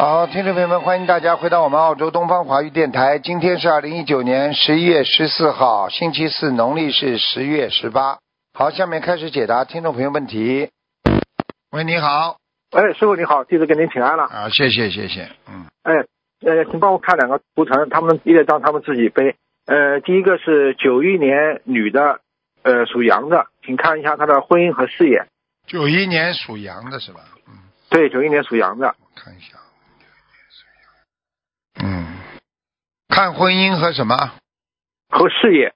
好，听众朋友们，欢迎大家回到我们澳洲东方华语电台。今天是2019年11月14号，星期四，农历是10月18。好，下面开始解答听众朋友问题。喂，你好。 哎，师傅你好，弟子给您请安了。 啊，谢谢。 请帮我看两个图腾，他们一张他们自己背。第一个是91年女的，属羊的，请看一下她的婚姻和事业。 91年属羊的是吧？ 对，91年属羊的。 我看一下。看婚姻和什么？ 和事业。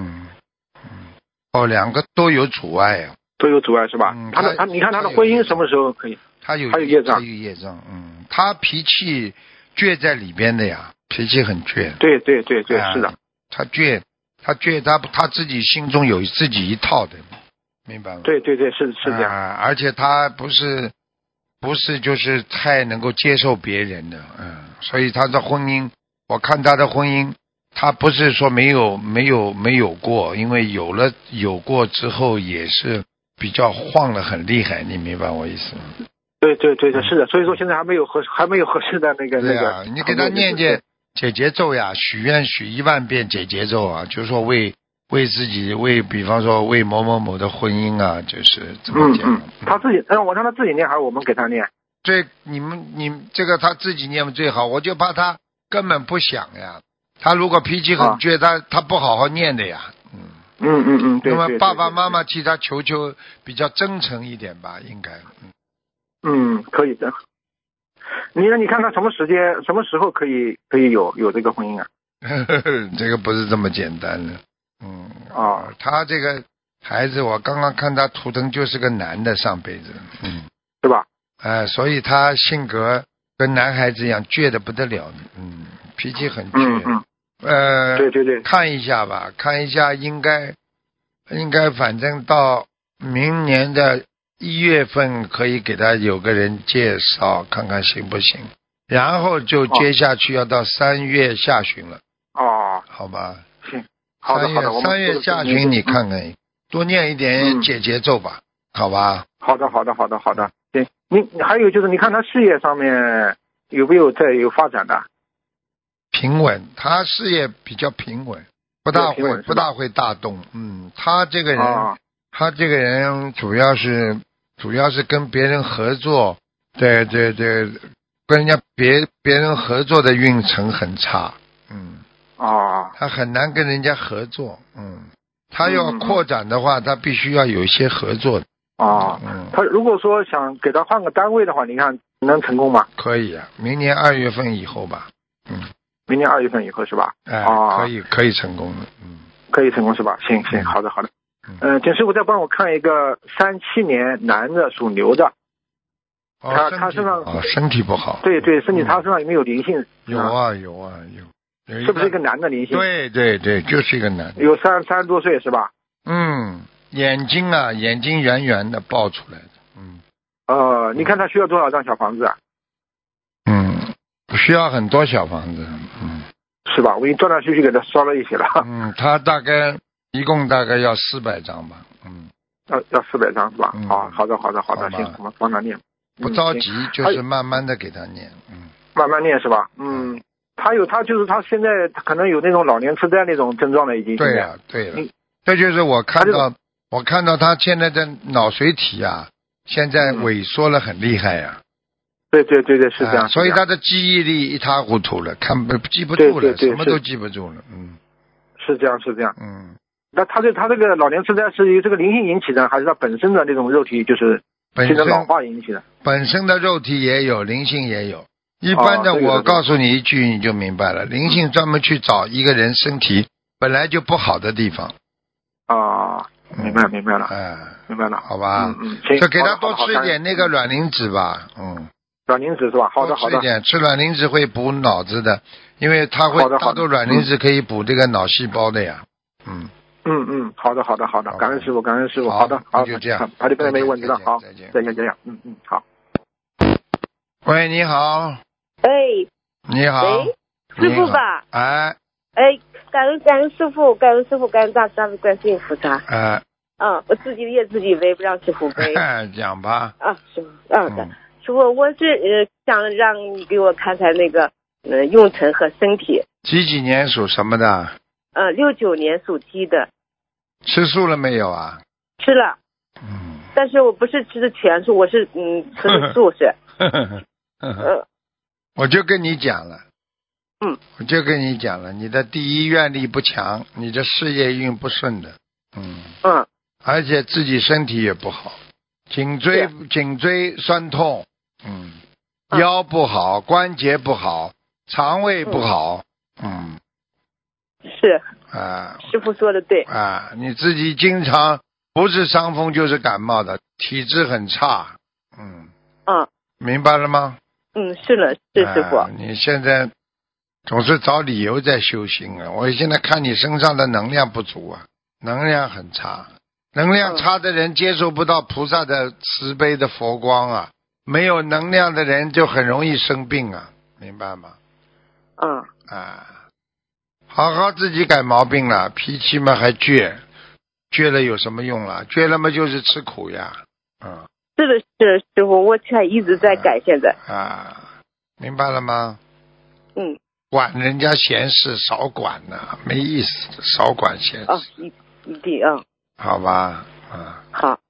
两个都有阻碍啊。 都有阻碍是吧？你看他的婚姻什么时候可以？ 他有业障。 他脾气倔在里边的呀，脾气很倔。 对，是的。 他倔，他自己心中有自己一套的，明白吗？ 对，是这样。 而且他不是就是太能够接受别人的，所以他的婚姻，我看他的婚姻，他不是说没有过，因为有过之后也是比较晃得很厉害，你明白我意思吗？ 对，是的，所以说现在还没有合适的那个。 对啊，你给他念解结咒呀，许愿许1万遍解结咒啊，就是说为自己，比方说为某某某的婚姻啊，就是这么讲。 他自己，我让他自己念还是我们给他念？ 对，你这个他自己念最好，我就怕他根本不想呀。他如果脾气很倔，他不好好念的呀。 对。 那么爸爸妈妈替他求比较真诚一点吧，应该。 可以的。你看他什么时候可以有这个婚姻啊？ 这个不是这么简单的。他这个孩子，我刚刚看他图腾就是个男的，上辈子。 是吧？ 所以他性格跟男孩子一样倔得不得了。脾气很倔。 对。 看一下吧，应该反正到明年的1月份可以给他有个人介绍，看看行不行，然后就接下去要到3月下旬了。好吧。 行，好的。 3月下旬你看看，多念一点解结咒吧，好吧？ 好的。行，你还有就是你看他事业上面有没有有发展的？ 平稳，他事业比较平稳，不大会大动。他这个人主要是跟别人合作，对，跟人家别人合作的运程很差。他很难跟人家合作。他要扩展的话，他必须要有一些合作的。 他如果说想给他换个单位的话，你看能成功吗？ 可以啊，明年2月份以后吧。 明年2月份以后是吧？ 可以成功的。 可以成功是吧？行，好的。请师傅再帮我看一个37年男的属牛的。他身上身体不好。 对，身体他身上有没有灵性？ 有啊。 是不是一个男的灵性？ 对，就是一个男的。 有30多岁是吧？ 眼睛圆圆的爆出来的。 你看他需要多少张小房子啊？ 不需要很多小房子。 是吧？我已经断断续续给他烧了一些了。 他一共大概要400张吧。 要400张是吧？好的，行，我们帮他念。 不着急，就是慢慢的给他念。 慢慢念是吧？他就是他现在可能有那种老年痴呆那种症状了，已经。对了， 这就是我看到他现在的脑髓体啊，现在萎缩了很厉害呀。 对，是这样。 所以他的记忆力一塌糊涂了，记不住了，什么都记不住了。 是这样。那他这个老年痴呆是由这个灵性引起的，还是他本身的那种肉体就是现在老化引起的？ 本身的肉体也有，灵性也有。一般的，我告诉你一句你就明白了，灵性专门去找一个人身体本来就不好的地方。 明白了。明白了， 好吧。 行， 就给他多吃一点那个卵磷脂吧。 卵磷脂是吧？好的。 吃一点，吃卵磷脂会补脑子的，因为它会大多卵磷脂可以补这个脑细胞的呀。 好的，感恩师傅。好的， 就这样， 他这边没问题了。好，再见。好。 喂，你好。你好。 喂，师傅吧？感恩师傅，感恩大慈大悲观世音菩萨。我自己也自己背，不让师傅背。 讲吧。 师师傅，我是想让你给我看看那个运程和身体。 几年属什么的 ？69年属鸡的。 吃素了没有啊？ 吃了。但是我不是吃的全素，我是吃的素食。 我就跟你讲了。我就跟你讲了，你的第一愿力不强，你的事业运不顺的。而且自己身体也不好，颈椎酸痛，腰不好，关节不好，肠胃不好。 是师傅说的对你自己经常不是伤风就是感冒的，体质很差。明白了吗？ 是的，是师傅。 你现在总是找理由在修行啊！我现在看你身上的能量不足啊，能量很差，能量差的人接受不到菩萨的慈悲的佛光啊，没有能量的人就很容易生病啊，明白吗？好好自己改毛病了，脾气嘛还倔了有什么用了？倔了嘛就是吃苦呀。 是的，是师傅，我才一直在改现在。 明白了吗？管人家闲事少管呐，没意思，少管闲事。 一定好吧。 好。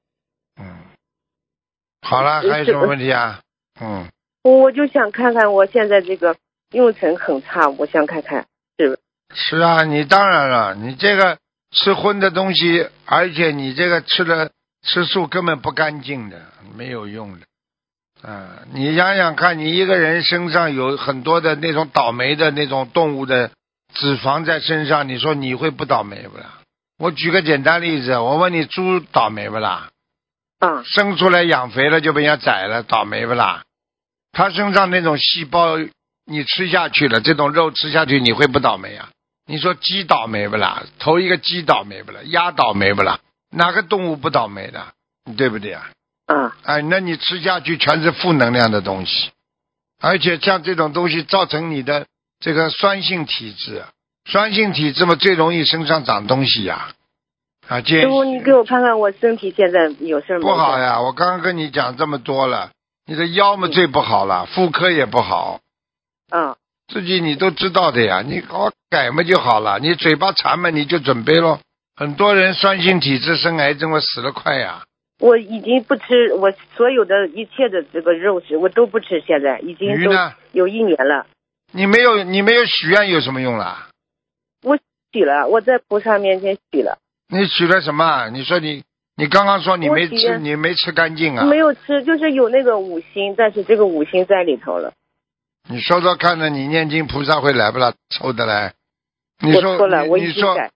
好了，还有什么问题啊？ 我就想看看我现在这个运程很差，我想看看是啊，你当然了，你这个吃荤的东西，而且你这个吃素根本不干净的，没有用的。你想想看，你一个人身上有很多的那种倒霉的那种动物的脂肪在身上，你说你会不倒霉不啦？我举个简单例子，我问你，猪倒霉不啦？生出来养肥了就被人家宰了，倒霉不啦？它身上那种细胞你吃下去了，这种肉吃下去你会不倒霉啊？你说鸡倒霉不啦？头一个鸡倒霉不啦？鸭倒霉不啦？哪个动物不倒霉的？对不对啊？那你吃下去全是负能量的东西，而且像这种东西造成你的这个酸性体质，酸性体质嘛最容易身上长东西呀。师傅，你给我看看我身体现在有事没？ 不好呀，我刚刚跟你讲这么多了，你的腰嘛最不好了，妇科也不好。自己你都知道的呀，你好改嘛就好了，你嘴巴馋嘛你就准备咯。很多人酸性体质生癌症，我死得快呀。 我已经不吃，我所有的一切的这个肉食我都不吃，现在已经都有1年了。 你没有许愿有什么用啦？ 我许了，我在菩萨面前许了。 你许了什么？你说你刚刚说你没吃，你没吃干净啊？ 没有吃，就是有那个五星，但是这个五星在里头了。 你说说看着，你念经菩萨会来不啦？抽的来。你说我错了，我已经改。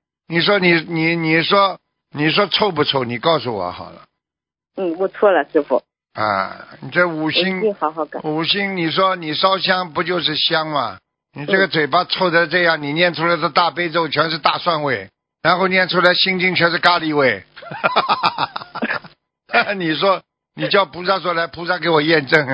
你说臭不臭？你告诉我好了。 我错了，师傅。 你这五星， 我一定好好改。 五星，你说你烧香不就是香吗？你这个嘴巴臭成这样，你念出来的大悲咒全是大蒜味，然后念出来心经全是咖喱味。你说你叫菩萨说来，菩萨给我验证。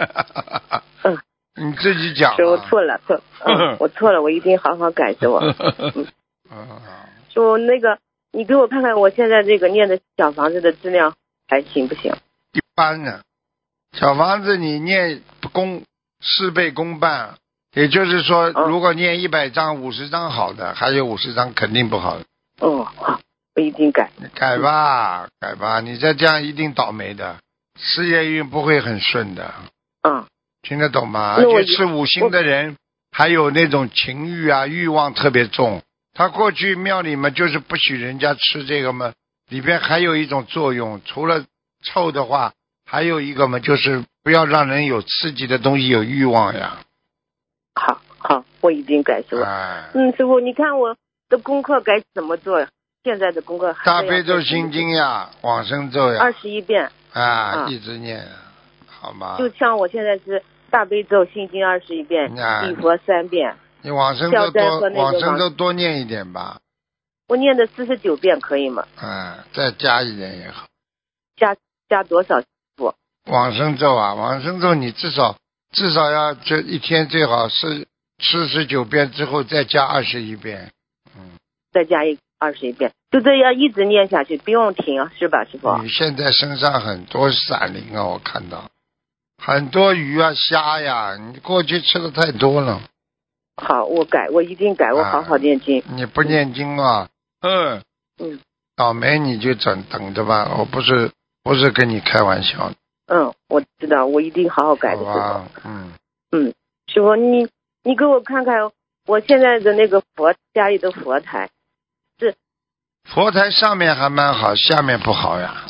你自己讲。 我错了，我错了，我一定好好改，师傅。说那个，你给我看看我现在这个念的小房子的质量还行不行？ 一般呢，小房子你念事倍功半，也就是说，如果念100张50张好的，还有50张肯定不好的。 好，我一定改。 改吧，你再这样一定倒霉的，事业运不会很顺的。听得懂吗？而且吃五星的人还有那种情欲啊，欲望特别重。他过去庙里嘛，就是不许人家吃这个嘛，里边还有一种作用，除了臭的话，还有一个嘛，就是不要让人有刺激的东西有欲望呀。 好，我一定改，师傅。师傅，你看我的功课该怎么做？现在的功课还大悲咒心经呀，往生咒呀 ，21遍一直念，好吗？ 就像我现在是大悲咒心经21遍，礼佛3遍。 你往生咒多念一点吧。 我念的49遍可以吗？ 再加一点也好。 加多少？ 往生咒你至少要这一天最好是49遍之后再加21遍。 再加21遍，就这样一直念下去，不用停，是吧，师傅？ 你现在身上很多闪灵啊，我看到。 很多鱼啊虾呀，你过去吃的太多了。 好，我一定改，我好好念经。 你不念经啊？倒霉你就等着吧，我不是跟你开玩笑的。 我知道，我一定好好改的。 好吧， 师傅，你给我看看我现在的那个家里的佛台，是佛台上面还蛮好，下面不好呀。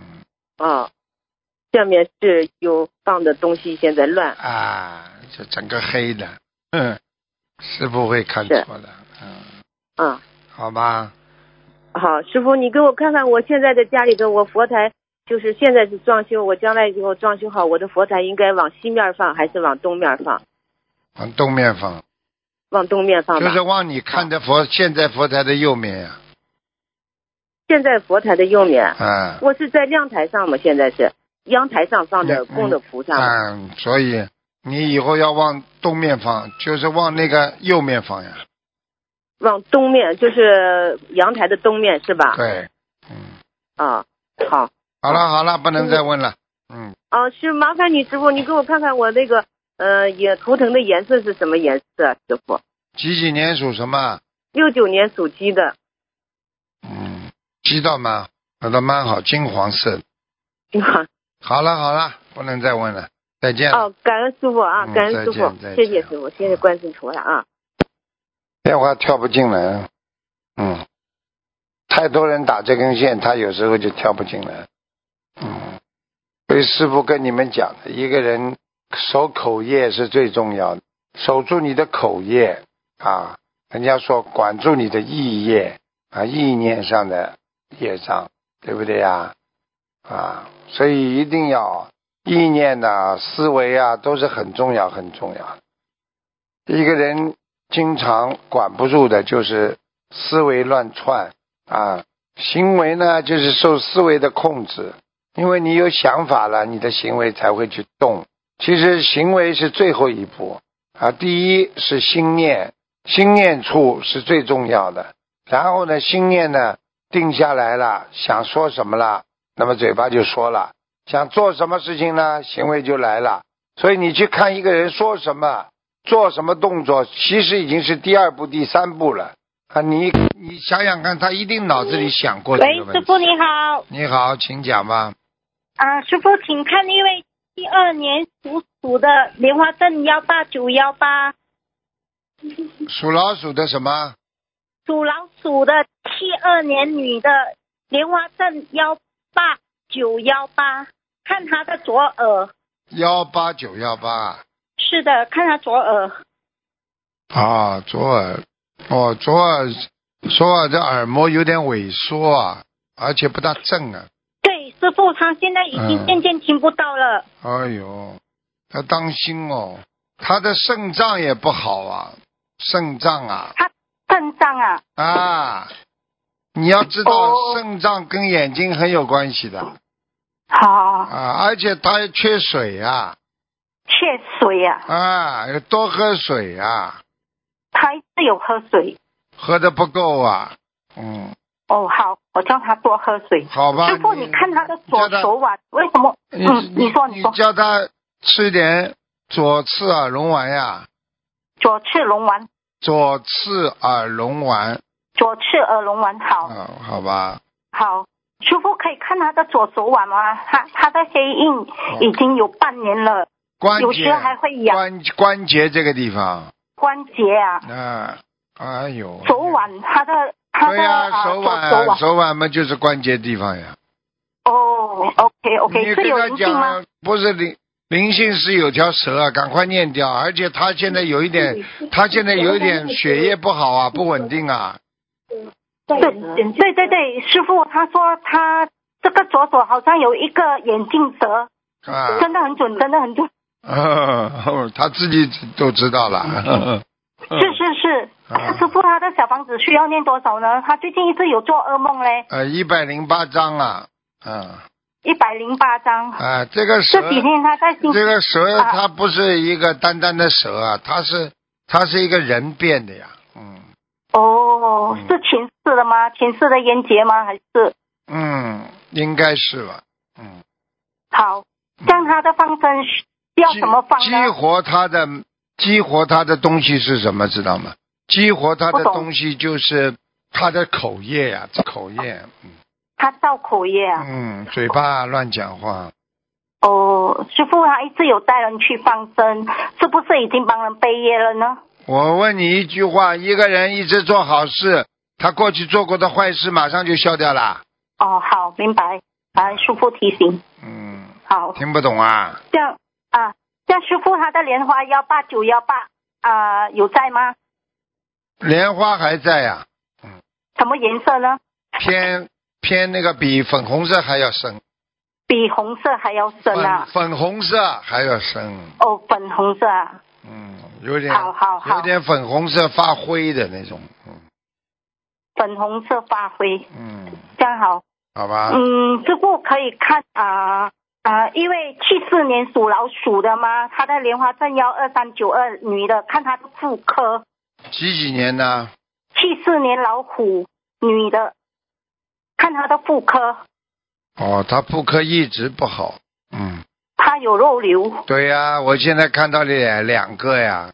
下面是有放的东西，现在乱就整个黑的。师傅会看错的。好吧。 好，师傅，你给我看看我现在的家里的我佛台，就是现在是装修，我将来以后装修好，我的佛台应该往西面放还是往东面放？ 往东面放。 往东面放吧。 就是往你看的现在佛台的右面呀。 现在佛台的右面。我是在亮台上嘛，现在是阳台上放的供的菩萨。 所以你以后要往东面放，就是往那个右面放呀。 往东面，就是阳台的东面是吧？ 对。 好。 好了，不能再问了。 是麻烦你师傅，你给我看看我那个也图腾的颜色是什么颜色，师傅？ 几年属什么 ？69年属鸡的。 鸡道吗？好的，蛮好，金黄色。好了，不能再问了，再见了。 感恩师傅啊，感恩师傅，谢谢师傅，谢谢观世音菩萨啊。 电话跳不进来。太多人打这根线，他有时候就跳不进来。所以师父跟你们讲的，一个人守口业是最重要的，守住你的口业人家说管住你的意业意念上的业障，对不对呀？所以一定要意念思维都是很重要很重要的。一个人经常管不住的就是思维乱窜行为呢就是受思维的控制，因为你有想法了，你的行为才会去动。其实行为是最后一步第一是心念，心念处是最重要的。然后呢，心念呢定下来了，想说什么了，那么嘴巴就说了，想做什么事情呢，行为就来了。所以你去看一个人说什么做什么动作，其实已经是第二步第三步了你想想看，他一定脑子里想过这个问题。 喂，师傅你好。 你好，请讲吧。 师傅请看一位72年属鼠的莲花镇18918。 属老鼠的什么？ 属老鼠的72年女的莲花镇18918，看她的左耳。 18918。 是的，看她左耳。 左耳。左耳的耳膜有点萎缩而且不大正对，师傅，他现在已经渐渐听不到了。 哎呦，要当心他的肾脏也不好肾脏他肾脏你要知道肾脏跟眼睛很有关系的。 好而且他缺水缺水要多喝水他一直有喝水， 喝得不够好，我叫他多喝水。 好吧， 师傅，你看他的左手腕为什么？你说。 你叫他吃点左次耳龙丸呀。 左次龙丸。 左次耳龙丸。 好。 好吧。 好，师傅可以看他的左手腕吗？他的黑印已经有半年了，有时还会痒。 关节这个地方。 关节哎呦。 手腕，他的手腕嘛就是关节地方呀。 OK， 是有灵性吗？ 不是灵性是有条蛇赶快念掉，而且他现在有一点血液不好不稳定对，师傅他说他这个左手好像有一个眼镜蛇真的很准。 他自己都知道了。 是。师傅，他的小房子需要念多少呢？他最近一直有做噩梦嘞。 108张 108张。 这个蛇， 这几天他在这个蛇它不是一个单单的蛇它是一个人变的呀。 是前世的吗？前世的冤结吗？还是？ 应该是吧。 好，像他的放生要什么方呢？ 激活他的东西是什么？知道吗？激活他的东西就是他的口业呀，口业。 他造口业啊。 嘴巴乱讲话。 哦，师父他一直有带人去放生，是不是已经帮人背业了呢？ 我问你一句话，一个人一直做好事，他过去做过的坏事马上就消掉了。 哦，好，明白。师父提醒。好。 听不懂啊？ 这样师父他的莲花18918有在吗？ 莲花还在呀。 什么颜色呢？ 偏那个比粉红色还要深。 比红色还要深啊？ 粉红色还要深。 哦，粉红色啊。 有点好有点粉红色发灰的那种。 粉红色发灰。这样好。 好吧。 师父可以看因为74年属老鼠的嘛，他的莲花正腰2392女的，看他的妇科。 几年呢 ？74年老虎女的，看他的妇科。 他妇科一直不好。 他有肉瘤。 对呀，我现在看到两个呀。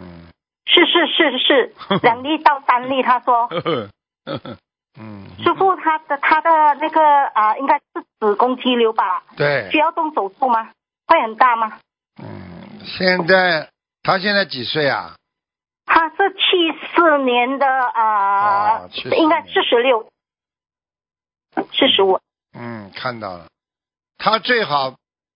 是2粒到3粒，他说。师父他的那个应该是子宫肌瘤吧？ 对。 需要动手术吗？会很大吗？ 他现在几岁啊？ 他是74年的应该46、45。 看到了。他最好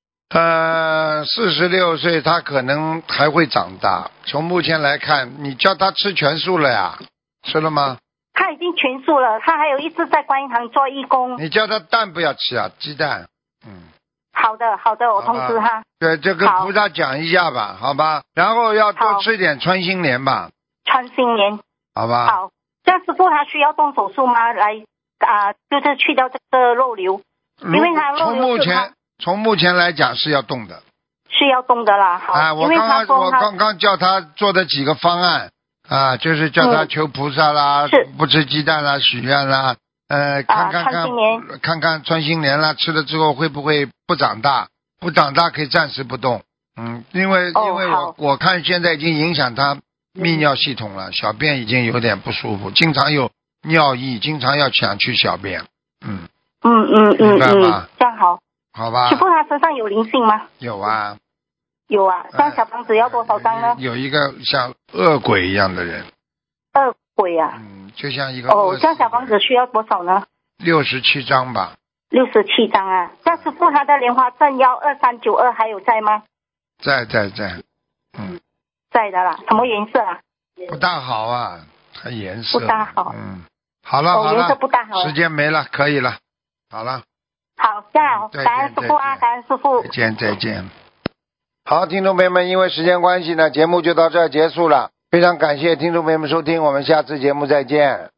46岁，他可能还会长大。从目前来看，你叫他吃全素了呀？吃了吗？ 他已经全素了，他还有一直在观音堂做义工。 你叫他蛋不要吃啊，鸡蛋。 好的，我通知他。 对，这跟菩萨讲一下吧，好吧。然后要多吃点穿心莲吧。 穿心莲。 好吧。 好，这样师父他需要动手术吗？来就是去掉这个肉瘤，因为他肉瘤从目前来讲是要动的。 是要动的啦。好。 我刚刚叫他做的几个方案。就是叫他求菩萨啦，不吃鸡蛋啦，许愿啦，看看穿心莲啦，吃了之后会不会不长大？不长大可以暂时不动。因为我看现在已经影响他泌尿系统了，小便已经有点不舒服，经常有尿意，经常要想去小便。明白吗？ 这样好。 好吧。 师父他身上有灵性吗？ 有啊。 像小房子要多少张呢？ 有一个像恶鬼一样的人。 恶鬼啊？ 就像一个像小房子需要多少呢 ？67张吧。 67张啊。像师父他的莲花正腰2392还有在吗？ 在。在的啦。什么颜色啊？ 不大好啊，它颜色不大好。 好了， 颜色不大好。 时间没了，可以了。好了。 好，这样感恩师父啊，感恩师父。 再见。好，听众朋友们，因为时间关系呢，节目就到这儿结束了。非常感谢听众朋友们收听，我们下次节目再见。